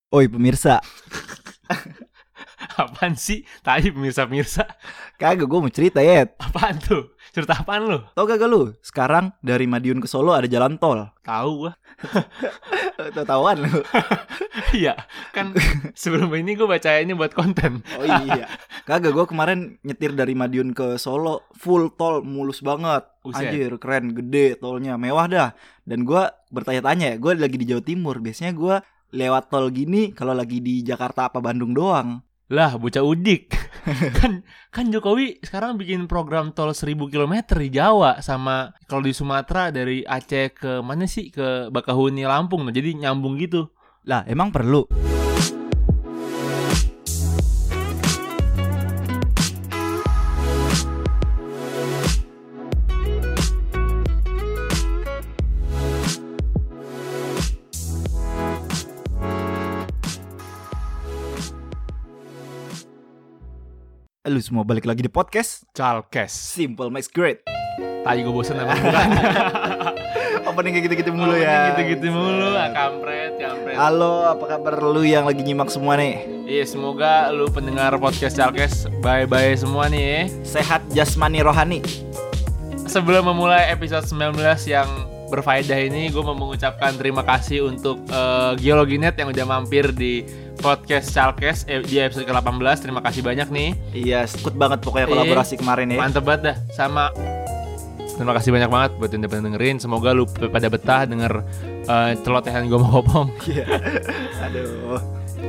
Oi pemirsa, Apaan sih? Tadi pemirsa-pemirsa. kagak gue mau cerita ya. Apaan tuh? Cerita apaan lu? Tau gak lu? Sekarang dari Madiun ke Solo ada jalan tol. Tahu gua. Tau-tauan lu. Iya, kan sebelum ini gua baca ini buat konten. Oh iya. Kagak, gue kemarin nyetir dari Madiun ke Solo full tol, mulus banget. Buset. Anjir, keren, gede tolnya, mewah dah. Dan gue bertanya-tanya ya, gue lagi di Jawa Timur. Biasanya gue lewat tol gini kalau lagi di Jakarta apa Bandung doang. Lah, bocah udik. kan Jokowi sekarang bikin program tol 1000 km di Jawa, sama kalau di Sumatera dari Aceh ke mana sih? Ke Bakahuni Lampung. Nah, jadi nyambung gitu. Lah, emang perlu? Lu semua balik lagi di podcast Calkes. Simple Makes Great. Tadi gue bosen sama bukannya. Opening kayak gitu-gitu mulu ya. Gitu-gitu mulu, kampret. Halo, apa kabar lu yang lagi nyimak semua nih? Iya, semoga lu pendengar podcast Calkes bye-bye semua nih ya. Sehat jasmani rohani. Sebelum memulai episode 19 yang berfaedah ini, gue mau mengucapkan terima kasih untuk Geologinet yang udah mampir di podcast Calkes di episode ke-18. Terima kasih banyak nih. Iya, sekut banget pokoknya kolaborasi kemarin ya. Mantep banget dah. Sama terima kasih banyak banget buat yang udah dengerin. Semoga lu pada betah denger celotehan gue mau ngomong. Iya. Aduh.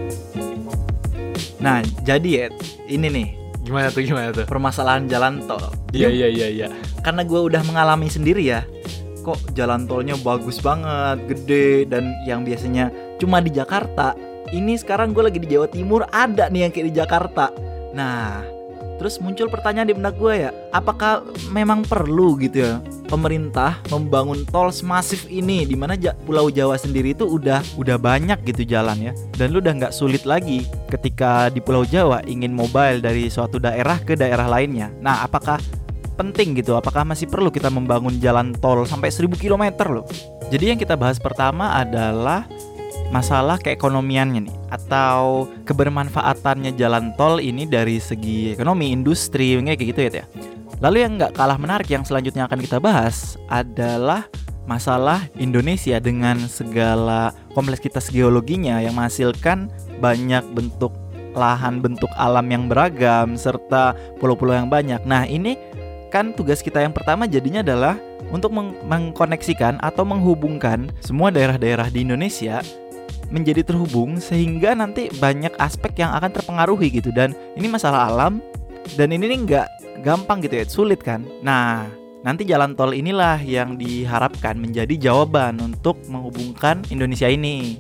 Nah, jadi ya ini nih Gimana tuh? permasalahan jalan tol. Iya. Karena gue udah mengalami sendiri ya. Kok jalan tolnya bagus banget, gede, dan yang biasanya cuma di Jakarta, ini sekarang gue lagi di Jawa Timur, ada nih yang kayak di Jakarta. Nah, terus muncul pertanyaan di benak gue ya, apakah memang perlu gitu ya pemerintah membangun tol semasif ini, dimana Pulau Jawa sendiri itu udah banyak gitu jalan ya, dan lu udah nggak sulit lagi ketika di Pulau Jawa ingin mobile dari suatu daerah ke daerah lainnya. Nah, apakah penting gitu, apakah masih perlu kita membangun jalan tol sampai 1000 km loh? Jadi yang kita bahas pertama adalah masalah keekonomiannya nih, atau kebermanfaatannya jalan tol ini dari segi ekonomi, industri, kayak gitu ya. Lalu yang gak kalah menarik yang selanjutnya akan kita bahas adalah masalah Indonesia dengan segala kompleksitas geologinya yang menghasilkan banyak bentuk lahan, bentuk alam yang beragam, serta pulau-pulau yang banyak. Nah, ini kan tugas kita yang pertama jadinya adalah untuk mengkoneksikan atau menghubungkan semua daerah-daerah di Indonesia menjadi terhubung, sehingga nanti banyak aspek yang akan terpengaruhi gitu. Dan ini masalah alam, dan ini nih nggak gampang gitu ya, sulit kan. Nah, nanti jalan tol inilah yang diharapkan menjadi jawaban untuk menghubungkan Indonesia ini.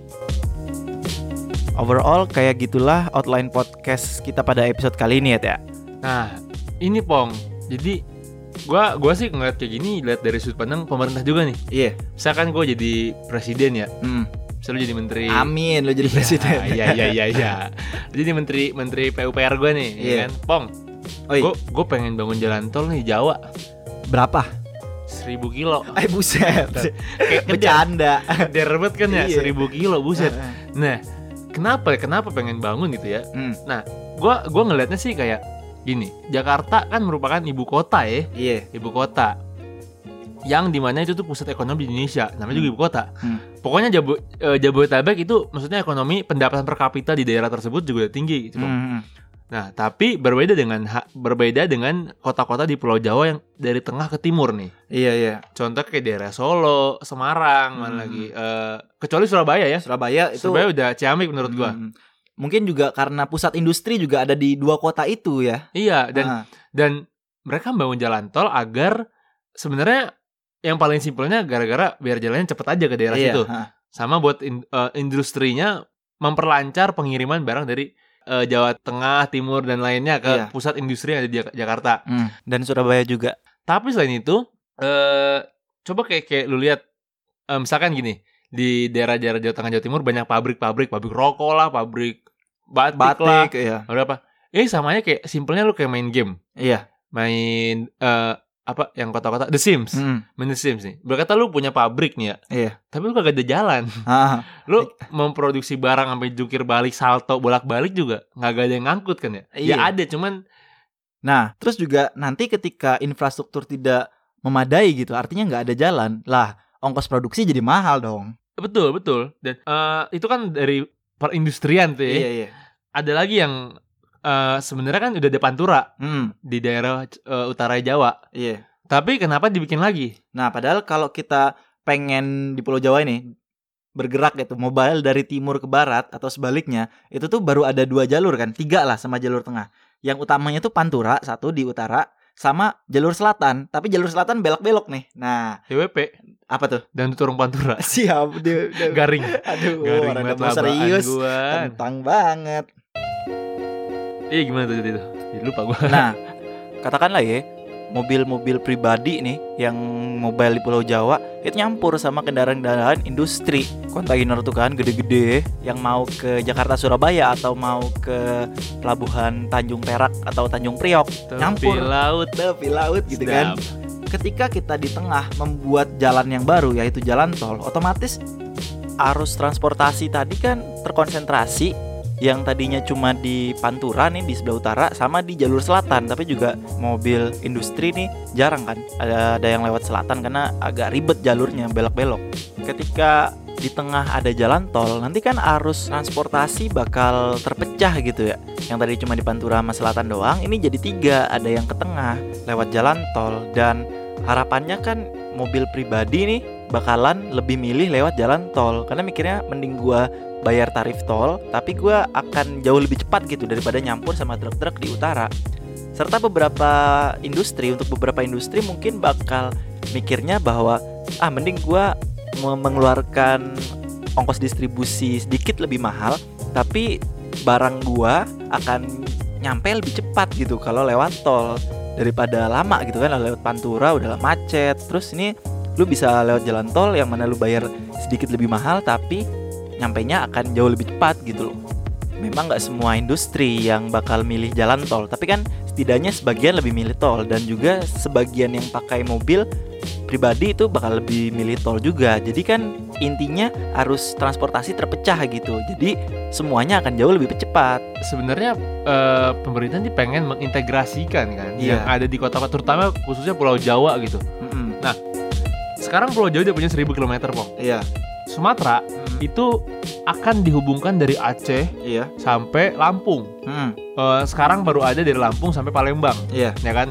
Overall kayak gitulah outline podcast kita pada episode kali ini ya. Nah, ini Pong. Jadi gua sih ngeliat kayak gini, lihat dari sudut pandang pemerintah juga nih. Iya. Misalkan gue jadi presiden ya. Bisa lu jadi menteri. Amin, lu jadi presiden. Iya. Jadi menteri PUPR gue nih, ya kan? Pong. Gue pengen bangun jalan tol nih Jawa. Berapa? 1000 kilo. Buset. Kayak bercanda. Derbet kan ya, Iya. 1000 kilo, buset. Nah, kenapa pengen bangun gitu ya? Nah, gue ngelihatnya sih kayak gini, Jakarta kan merupakan ibu kota ya. Iya. Ibu kota yang dimana itu tuh pusat ekonomi di Indonesia, namanya juga ibu kota. Pokoknya Jabodetabek itu maksudnya ekonomi pendapatan per kapita di daerah tersebut juga tinggi gitu. Nah, tapi berbeda dengan kota-kota di Pulau Jawa yang dari tengah ke timur nih. Iya. Contoh kayak daerah Solo, Semarang, mana lagi? Kecuali Surabaya ya. Surabaya udah ciamik menurut gua. Mungkin juga karena pusat industri juga ada di dua kota itu ya. Iya, dan mereka membangun jalan tol agar sebenarnya yang paling simpelnya gara-gara biar jalannya cepet aja ke daerah situ. Sama buat industrinya memperlancar pengiriman barang dari Jawa Tengah, Timur dan lainnya ke pusat industri yang ada di Jakarta. Dan Surabaya juga. Tapi selain itu, coba kayak lu lihat, misalkan gini, di daerah-daerah Jawa Tengah, Jawa Timur banyak pabrik rokok lah, pabrik batik lah, iya. berapa? Samanya kayak simpelnya lu kayak main game. Iya. Main apa yang kota-kota The Sims. Main The Sims nih. Berkata lu punya pabrik nih ya. Iya. Tapi lu kagak ada jalan. Lu memproduksi barang sampai jungkir balik, salto, bolak-balik juga nggak ada yang ngangkut kan ya. Iya. Ya ada cuman. Nah, terus juga nanti ketika infrastruktur tidak memadai gitu, artinya nggak ada jalan. Lah, ongkos produksi jadi mahal dong. Betul. Dan itu kan dari perindustrian tuh ya. Iya. Ada lagi yang sebenarnya kan udah ada Pantura di daerah utara Jawa. Iya. Tapi kenapa dibikin lagi? Nah, padahal kalau kita pengen di Pulau Jawa ini bergerak gitu, mobile dari timur ke barat atau sebaliknya, itu tuh baru ada 2 jalur kan, 3 lah sama jalur tengah. Yang utamanya tuh Pantura, 1 di utara, sama jalur selatan. Tapi jalur selatan belok-belok nih. Nah, DWP. Apa tuh? Dan turun Pantura. Siap. Garing. Aduh, garing orang banget mau serius. gua. Tentang banget. Gimana tuh itu? Jadi lupa gue. Nah, katakanlah ya, mobil-mobil pribadi nih yang mobile di Pulau Jawa itu nyampur sama kendaraan-kendaraan industri. Kontainer tuh kan gede-gede yang mau ke Jakarta Surabaya atau mau ke pelabuhan Tanjung Perak atau Tanjung Priok. Nyampur tepi laut gitu kan. Ketika kita di tengah membuat jalan yang baru yaitu jalan tol, otomatis arus transportasi tadi kan terkonsentrasi. Yang tadinya cuma di Pantura nih di sebelah utara sama di jalur selatan, tapi juga mobil industri nih jarang kan ada yang lewat selatan karena agak ribet jalurnya, belok-belok. Ketika di tengah ada jalan tol, nanti kan arus transportasi bakal terpecah gitu ya. Yang tadi cuma di Pantura sama selatan doang, ini jadi 3, ada yang ke tengah lewat jalan tol. Dan harapannya kan mobil pribadi nih bakalan lebih milih lewat jalan tol, karena mikirnya mending gua bayar tarif tol, tapi gue akan jauh lebih cepat gitu daripada nyampur sama truk-truk di utara. Serta beberapa industri mungkin bakal mikirnya bahwa mending gue mengeluarkan ongkos distribusi sedikit lebih mahal, tapi barang gue akan nyampe lebih cepat gitu kalau lewat tol daripada lama gitu kan. Lewat Pantura udah macet, terus ini lu bisa lewat jalan tol yang mana lu bayar sedikit lebih mahal tapi nyampainya akan jauh lebih cepat gitu loh. Memang gak semua industri yang bakal milih jalan tol, tapi kan setidaknya sebagian lebih milih tol. Dan juga sebagian yang pakai mobil pribadi itu bakal lebih milih tol juga. Jadi kan intinya arus transportasi terpecah gitu. Jadi semuanya akan jauh lebih cepat. Sebenarnya pemerintah ini pengen mengintegrasikan kan yang ada di kota-kota, terutama khususnya Pulau Jawa gitu. Nah, sekarang Pulau Jawa udah punya 1000 km Pong. Iya. Sumatera itu akan dihubungkan dari Aceh sampai Lampung. Sekarang baru ada dari Lampung sampai Palembang, ya kan?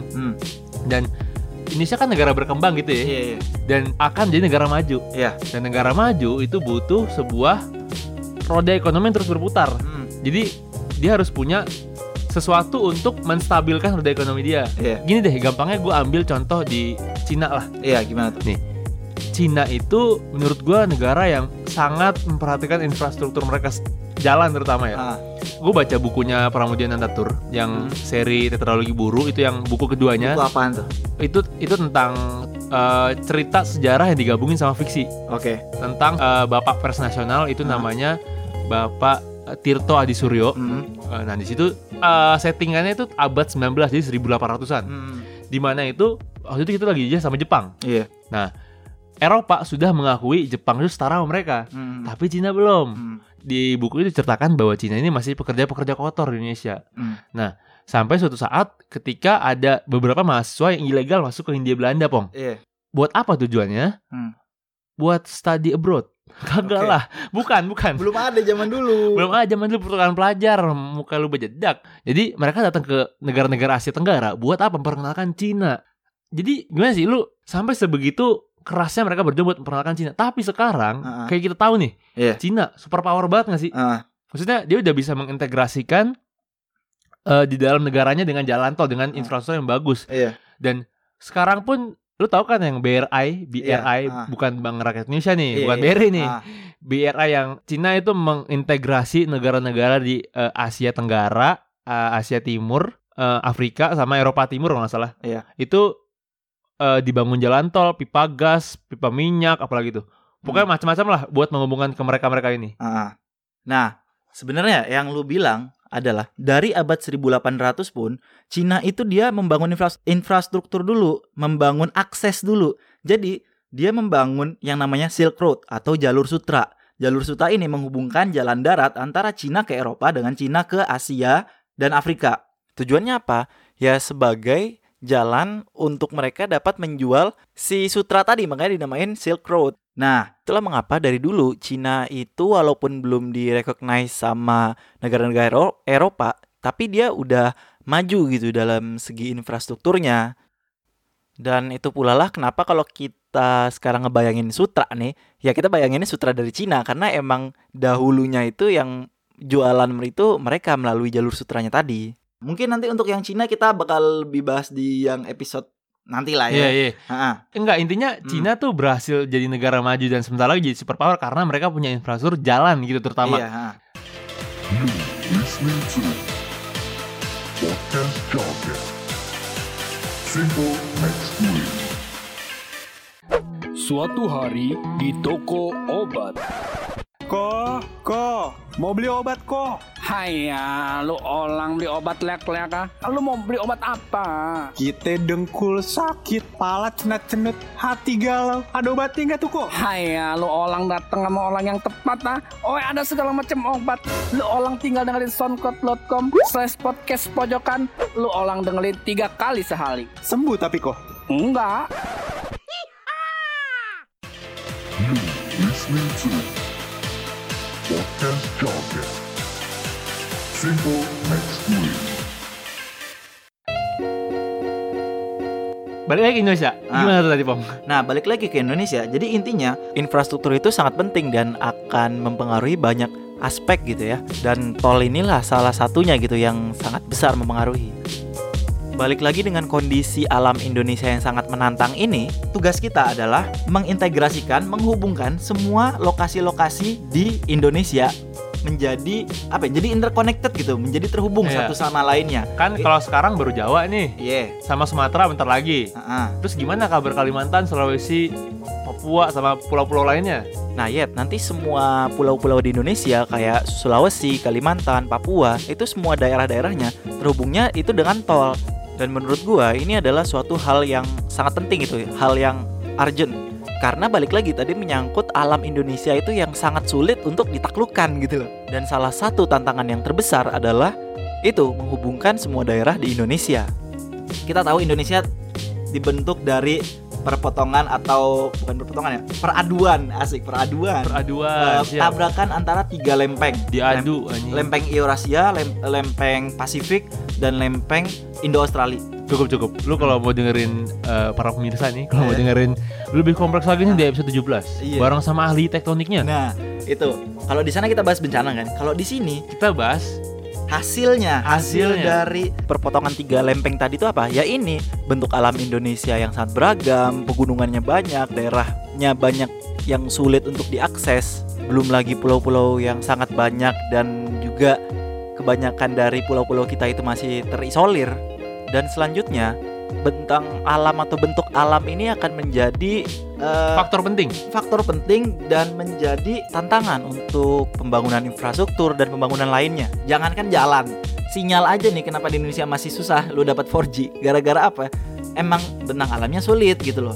Dan Indonesia kan negara berkembang gitu ya, dan akan jadi negara maju. Dan negara maju itu butuh sebuah roda ekonomi yang terus berputar. Jadi dia harus punya sesuatu untuk menstabilkan roda ekonomi dia. Gini deh, gampangnya gue ambil contoh di Cina lah. Gimana tuh? Nih, Cina itu menurut gue negara yang sangat memperhatikan infrastruktur mereka, jalan terutama ya. Gue baca bukunya Pramudia Nandatur yang seri Tetralogi Buru, itu yang buku keduanya. Buku apaan tuh? Itu tentang cerita sejarah yang digabungin sama fiksi. Tentang Bapak Pers Nasional itu namanya Bapak Tirto Adi Suryo. Nah di situ settingannya itu abad 19, jadi 1800-an. Di mana itu waktu itu kita lagi dijajah sama Jepang. Nah, Eropa sudah mengakui Jepang itu setara sama mereka, tapi Cina belum. Di buku itu diceritakan bahwa Cina ini masih pekerja-pekerja kotor di Indonesia. Nah, sampai suatu saat ketika ada beberapa mahasiswa yang ilegal masuk ke Hindia Belanda, Pong. Buat apa tujuannya? Buat study abroad. Kagak lah, bukan. Belum ada zaman dulu. Pertukaran pelajar, muka lu bejedak. Jadi mereka datang ke negara-negara Asia Tenggara buat apa? Memperkenalkan Cina. Jadi gimana sih lu sampai sebegitu kerasnya mereka berjuang buat memperkenalkan Cina. Tapi sekarang kayak kita tahu nih, Cina super power banget gak sih? Maksudnya dia udah bisa mengintegrasikan di dalam negaranya dengan jalan tol, dengan infrastruktur yang bagus. Dan sekarang pun lu tahu kan yang BRI bukan Bank Rakyat Indonesia nih, bukan BRI nih. BRI yang Cina itu mengintegrasi negara-negara di Asia Tenggara, Asia Timur, Afrika sama Eropa Timur kalau nggak salah. Itu dibangun jalan tol, pipa gas, pipa minyak, apalagi tuh. Pokoknya macam-macam lah buat menghubungkan ke mereka-mereka ini. Nah, sebenarnya yang lu bilang adalah dari abad 1800 pun Cina itu dia membangun infrastruktur dulu, membangun akses dulu. Jadi dia membangun yang namanya Silk Road atau jalur sutra. Jalur sutra ini menghubungkan jalan darat antara Cina ke Eropa dengan Cina ke Asia dan Afrika. Tujuannya apa? Ya sebagai jalan untuk mereka dapat menjual si sutra tadi, makanya dinamain Silk Road. Nah, itulah mengapa dari dulu Cina itu walaupun belum direcognize sama negara-negara Eropa, tapi dia udah maju gitu dalam segi infrastrukturnya. Dan itu pula lah kenapa kalau kita sekarang ngebayangin sutra nih, ya kita bayanginnya sutra dari Cina, karena emang dahulunya itu yang jualan itu mereka melalui jalur sutranya tadi. Mungkin nanti untuk yang Cina kita bakal lebih bahas di yang episode nanti lah ya. Iya. Enggak, intinya Cina tuh berhasil jadi negara maju dan sebentar lagi jadi superpower karena mereka punya infrastruktur jalan gitu terutama. Iya. Listening to Podcast Jargon. Simple Explain. Suatu hari di toko obat. Ko, mau beli obat ko? Haiya, lu orang beli obat lek-lek ah? Lu mau beli obat apa? Kita dengkul sakit, pala cenut-cenut, hati galau. Ada obatnya nggak tuh ko? Haiya, lu orang datang sama orang yang tepat ah? Oh ada segala macam obat. Lu orang tinggal dengerin soundcloud.com/podcast pojokan. Lu orang dengerin 3 kali sehari. Sembuh tapi ko? Enggak. Listening to Podcast Jargon. Simple Explain. Balik lagi ke Indonesia. Gimana tuh tadi, Pom? Nah, balik lagi ke Indonesia. Jadi intinya infrastruktur itu sangat penting dan akan mempengaruhi banyak aspek gitu ya. Dan tol inilah salah satunya gitu yang sangat besar mempengaruhi. Balik lagi dengan kondisi alam Indonesia yang sangat menantang ini, tugas kita adalah mengintegrasikan, menghubungkan semua lokasi-lokasi di Indonesia menjadi jadi interconnected gitu, menjadi terhubung satu sama lainnya. Kan kalau sekarang baru Jawa nih. Iya. Sama Sumatera bentar lagi. Terus gimana kabar Kalimantan, Sulawesi, Papua sama pulau-pulau lainnya? Nah, nanti semua pulau-pulau di Indonesia kayak Sulawesi, Kalimantan, Papua, itu semua daerah-daerahnya terhubungnya itu dengan tol. Dan menurut gua ini adalah suatu hal yang sangat penting itu, hal yang urgent. Karena balik lagi tadi menyangkut alam Indonesia itu yang sangat sulit untuk ditaklukkan gitu loh. Dan salah satu tantangan yang terbesar adalah itu menghubungkan semua daerah di Indonesia. Kita tahu Indonesia dibentuk dari perpotongan atau bukan perpotongan ya, peraduan. Tabrakan antara 3 lempeng. Diadu lempeng Eurasia, lempeng Pasifik, dan lempeng Indo-Australia. Cukup. Lu kalau mau dengerin para pemirsa nih, kalau mau dengerin lebih kompleks lagi nih di episode 17 bareng sama ahli tektoniknya. Nah, itu. Kalau di sana kita bahas bencana kan. Kalau di sini kita bahas hasil dari perpotongan 3 lempeng tadi itu apa? Ya ini bentuk alam Indonesia yang sangat beragam, pegunungannya banyak, daerahnya banyak yang sulit untuk diakses. Belum lagi pulau-pulau yang sangat banyak dan juga kebanyakan dari pulau-pulau kita itu masih terisolir. Dan selanjutnya bentang alam atau bentuk alam ini akan menjadi faktor penting dan menjadi tantangan untuk pembangunan infrastruktur dan pembangunan lainnya. Jangankan jalan, sinyal aja nih kenapa di Indonesia masih susah lu dapat 4G. Gara-gara apa? Emang bentang alamnya sulit gitu loh.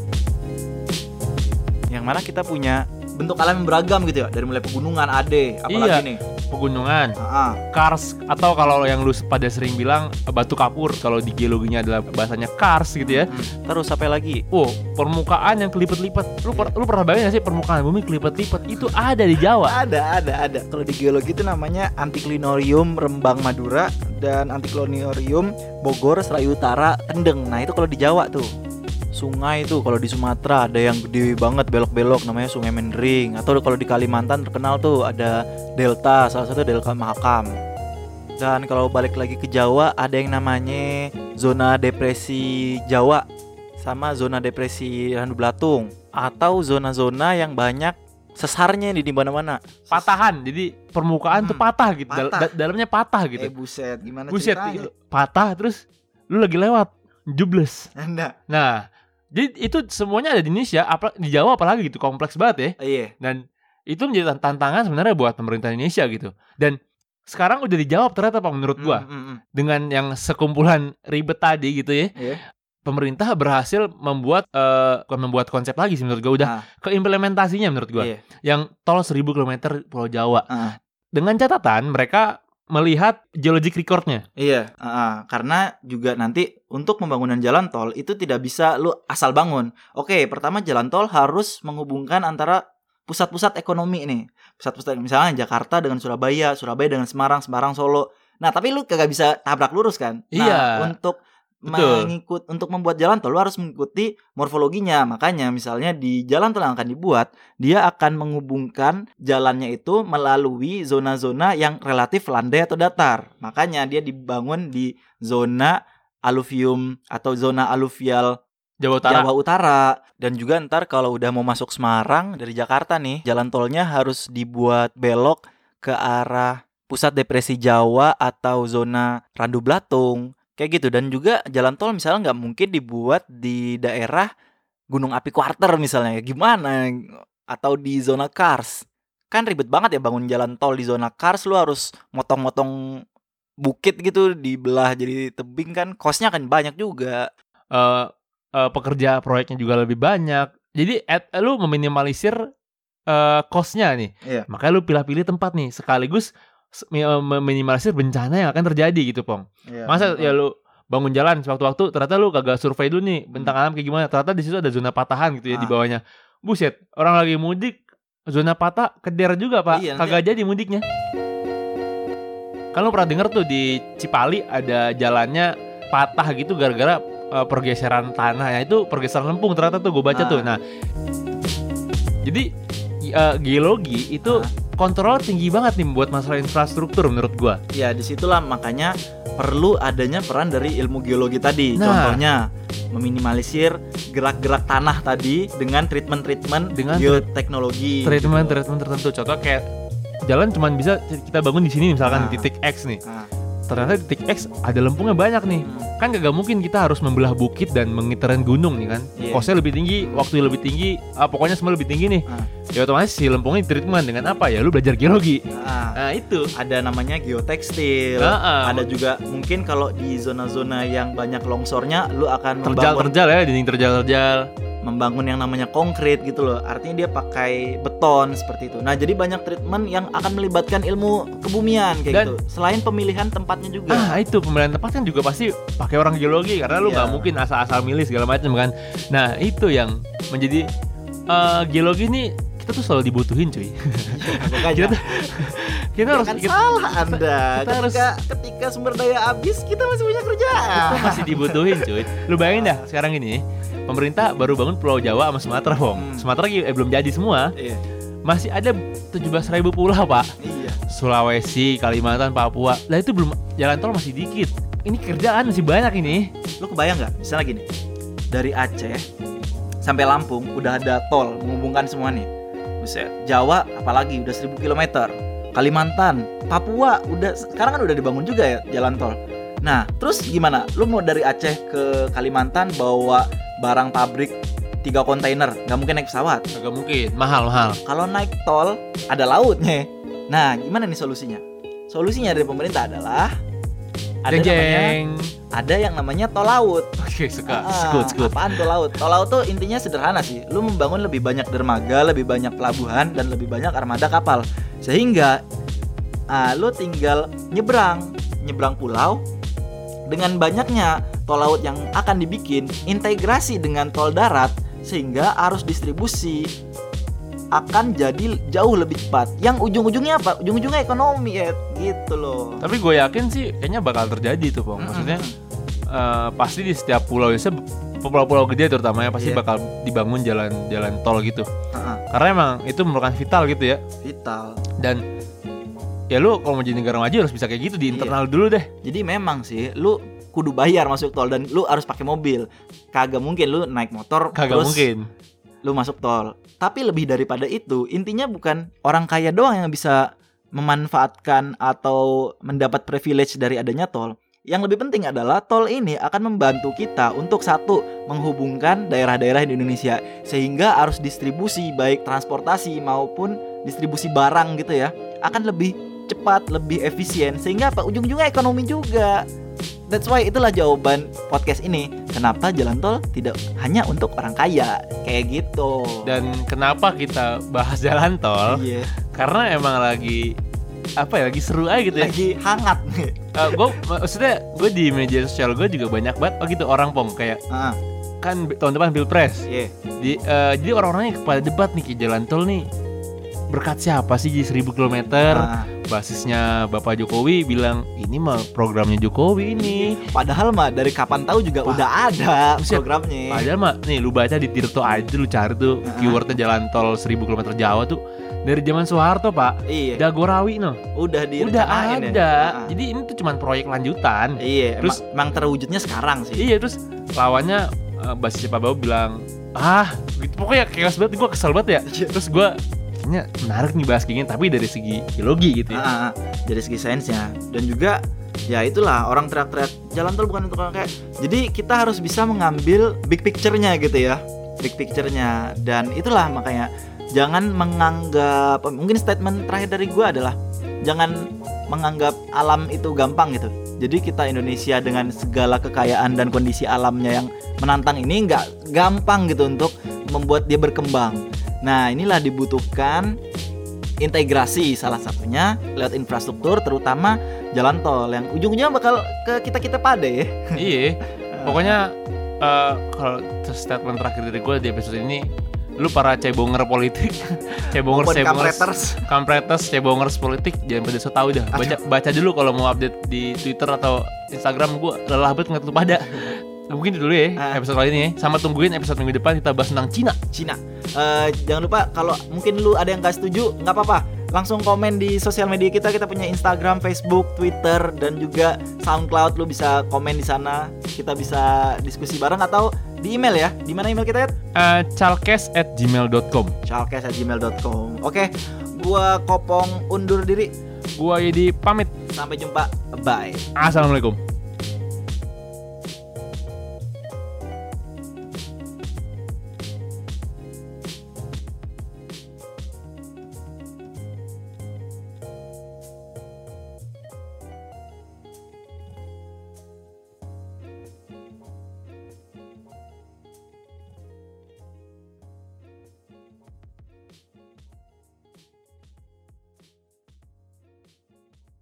Yang mana kita punya bentuk alam yang beragam gitu ya, dari mulai pegunungan apalagi nih pegunungan, kars, atau kalau yang lu pada sering bilang batu kapur, kalau di geologinya adalah bahasanya kars gitu ya. Terus apa lagi? Permukaan yang kelipet-lipet. Lu pernah bayangin gak sih permukaan bumi kelipet-lipet? Itu ada di Jawa. Ada. Kalau di geologi itu namanya Antiklinorium Rembang Madura dan Antiklinorium Bogor Serayu Utara Kendeng. Nah, itu kalau di Jawa tuh. Sungai itu kalau di Sumatera ada yang gede banget belok-belok namanya Sungai Mendering. Atau kalau di Kalimantan terkenal tuh ada delta, salah satu delta Mahakam. Dan kalau balik lagi ke Jawa ada yang namanya zona depresi Jawa sama zona depresi Randu Belatung, atau zona-zona yang banyak sesarnya di mana-mana. Patahan, jadi permukaan tuh patah gitu, dalamnya patah gitu. Buset, gimana ceritanya? Patah terus lu lagi lewat jubles. Nah, jadi itu semuanya ada di Indonesia, di Jawa apalagi gitu, kompleks banget ya. Iya. Dan itu menjadi tantangan sebenarnya buat pemerintah Indonesia gitu. Dan sekarang udah dijawab ternyata Pak menurut gua. Dengan yang sekumpulan ribet tadi gitu ya. Pemerintah berhasil membuat membuat konsep lagi sih menurut gua, udah ke implementasinya menurut gua. Yang tol 1000 km Pulau Jawa. Dengan catatan mereka melihat geologic record-nya. Karena juga nanti untuk pembangunan jalan tol itu tidak bisa lu asal bangun. Oke, pertama jalan tol harus menghubungkan antara pusat-pusat ekonomi nih. Pusat-pusat misalnya Jakarta dengan Surabaya, Surabaya dengan Semarang, Semarang Solo. Nah, tapi lu kagak bisa tabrak lurus kan? Nah, untuk membuat jalan tol lu harus mengikuti morfologinya. Makanya misalnya di jalan tol yang akan dibuat, dia akan menghubungkan jalannya itu melalui zona-zona yang relatif landai atau datar. Makanya dia dibangun di zona aluvium atau zona aluvial Jawa Utara. Dan juga ntar kalau udah mau masuk Semarang dari Jakarta nih, jalan tolnya harus dibuat belok ke arah pusat depresi Jawa atau zona Randu Blatung. Kayak gitu. Dan juga jalan tol misalnya nggak mungkin dibuat di daerah Gunung Api Quarter misalnya. Gimana? Atau di zona Kars. Kan ribet banget ya bangun jalan tol di zona Kars. Lu harus motong-motong bukit gitu, dibelah jadi tebing kan. Cost-nya kan banyak juga. Pekerja proyeknya juga lebih banyak. Jadi lu meminimalisir cost-nya nih. Makanya lu pilih-pilih tempat nih. Sekaligus meminimalisir bencana yang akan terjadi gitu Pong. Masa ya lu bangun jalan sewaktu-waktu ternyata lu kagak survei dulu nih bentang alam kayak gimana, ternyata di situ ada zona patahan gitu ya di bawahnya. Buset, orang lagi mudik zona patah keder juga Pak. Kagak jadi mudiknya. Kan lu pernah denger tuh di Cipali ada jalannya patah gitu gara-gara pergeseran tanah. Ya itu pergeseran lempung ternyata tuh gue baca tuh. Nah, jadi geologi itu kontrol tinggi banget nih buat masalah infrastruktur menurut gua. Ya disitulah makanya perlu adanya peran dari ilmu geologi tadi. Contohnya meminimalisir gerak-gerak tanah tadi dengan treatment dengan geoteknologi. Treatment tertentu. Contoh kayak jalan cuma bisa kita bangun di sini misalkan di titik X nih. Ternyata di titik X ada lempungnya banyak nih. Kan gak mungkin kita harus membelah bukit dan mengiteran gunung nih kan. Kosnya lebih tinggi, waktunya lebih tinggi, pokoknya semua lebih tinggi nih. Ya otomatis si lempungnya treatment dengan apa ya? Lu belajar geologi. Nah itu ada namanya geotekstil. Ada juga mungkin kalau di zona-zona yang banyak longsornya, lu akan terjal ya, dinding terjal. Membangun yang namanya konkrit gitu loh. Artinya dia pakai beton seperti itu. Nah, jadi banyak treatment yang akan melibatkan ilmu kebumian kayak gitu. Selain pemilihan tempatnya juga. Itu pemilihan tempat kan juga pasti pakai orang geologi karena lu nggak mungkin asal-asal milih segala macam kan. Nah, itu yang menjadi geologi ini kita tuh selalu dibutuhin cuy. Kita harus salah Anda. Ketika sumber daya habis kita masih punya kerjaan. Kita masih dibutuhin cuy. Lu bayangin dah sekarang ini pemerintah baru bangun Pulau Jawa sama Sumatera, Bang. Sumatera belum jadi semua. Masih ada 17.000 pulau, Pak. Sulawesi, Kalimantan, Papua. Lah itu belum, jalan tol masih dikit. Ini kerjaan masih banyak ini. Lu kebayang nggak? Misalnya gini, dari Aceh sampai Lampung udah ada tol menghubungkan semua nih. Buset, Jawa apalagi udah 1000 km. Kalimantan, Papua udah sekarang kan udah dibangun juga ya jalan tol. Nah, terus gimana? Lu mau dari Aceh ke Kalimantan bawa barang pabrik 3 kontainer, nggak mungkin naik pesawat. Nggak mungkin, mahal. Kalau naik tol ada lautnya. Nah, gimana nih solusinya? Solusinya dari pemerintah adalah ada yang namanya tol laut. Oke, suka. Apaan tol laut? Tol laut tuh intinya sederhana sih. Lu membangun lebih banyak dermaga, lebih banyak pelabuhan, dan lebih banyak armada kapal. Sehingga lu tinggal nyebrang pulau. Dengan banyaknya tol laut yang akan dibikin, integrasi dengan tol darat, sehingga arus distribusi akan jadi jauh lebih cepat. Yang ujung-ujungnya apa? Ujung-ujungnya ekonomi ya, gitu loh. Tapi gue yakin sih kayaknya bakal terjadi tuh, Bang. Maksudnya pasti di setiap pulau, pulau-pulau gede terutamanya pasti bakal dibangun jalan tol gitu. Karena emang itu merupakan vital gitu ya. Vital. Dan ya lu kalau mau jadi negara maju harus bisa kayak gitu di internal dulu deh. Jadi memang sih lu kudu bayar masuk tol dan lu harus pakai mobil. Kagak mungkin lu naik motor terus lu masuk tol. Tapi lebih daripada itu, intinya bukan orang kaya doang yang bisa memanfaatkan atau mendapat privilege dari adanya tol. Yang lebih penting adalah tol ini akan membantu kita untuk satu, menghubungkan daerah-daerah di Indonesia, sehingga arus distribusi baik transportasi maupun distribusi barang gitu ya akan lebih cepat, lebih efisien, sehingga apa? Ujung-ujungnya ekonomi juga. That's why itulah jawaban podcast ini. Kenapa jalan tol tidak hanya untuk orang kaya, kayak gitu. Dan kenapa kita bahas jalan tol? Iya. Karena emang lagi lagi seru aja gitu ya. Lagi hangat nih. Gue di media sosial gue juga banyak banget gitu orang kayak kan tahun depan Pilpres. Iya. Jadi orang-orangnya pada debat nih, ke jalan tol nih berkat siapa sih di 1000 km? Basisnya Bapak Jokowi bilang ini mah programnya Jokowi ini. Padahal mah dari kapan tahu juga udah ada programnya. Padahal mah nih lu baca di Tirto aja, lu cari tuh keywordnya jalan tol 1000 km Jawa tuh dari zaman Soeharto, Pak. Iya. Jagorawi Udah ada. Ya? Jadi ini tuh cuman proyek lanjutan. Iya. Terus emang terwujudnya sekarang sih. Iya, terus lawannya basisnya Pak Bau bilang gitu. Pokoknya chaos banget, gue kesel banget ya. Terus gue kayaknya menarik nih bahas kayak gini, tapi dari segi geologi gitu ya. Dari segi sainsnya. Dan juga ya itulah, orang teriak-teriak jalan tol bukan untuk orang kaya. Jadi kita harus bisa mengambil big picture-nya gitu ya. Big picture-nya. Dan itulah makanya jangan menganggap, mungkin statement terakhir dari gue adalah jangan menganggap alam itu gampang gitu. Jadi kita Indonesia dengan segala kekayaan dan kondisi alamnya yang menantang ini nggak gampang gitu untuk membuat dia berkembang. Nah, inilah dibutuhkan integrasi, salah satunya lewat infrastruktur, terutama jalan tol yang ujungnya bakal ke kita pada ya. Iya. Pokoknya kalau statement terakhir dari gue di episode ini, lu para cebonger politik, kampreters, cebongers politik, jangan pada so tau dah. Baca dulu kalau mau update di Twitter atau Instagram. Gue lelah banget ngeliat lu pada. Mungkin itu dulu ya episode kali ini ya. Sama tungguin episode minggu depan kita bahas tentang Cina. Jangan lupa kalau mungkin lu ada yang gak setuju, gak apa-apa, langsung komen di sosial media kita. Kita punya Instagram, Facebook, Twitter, dan juga SoundCloud. Lu bisa komen di sana. Kita bisa diskusi bareng atau di email ya. Di mana email kita ya? Chalkes@gmail.com. Chalkes@gmail.com. Oke, gua Kopong undur diri. Gua Yedi pamit. Sampai jumpa. Bye. Assalamualaikum.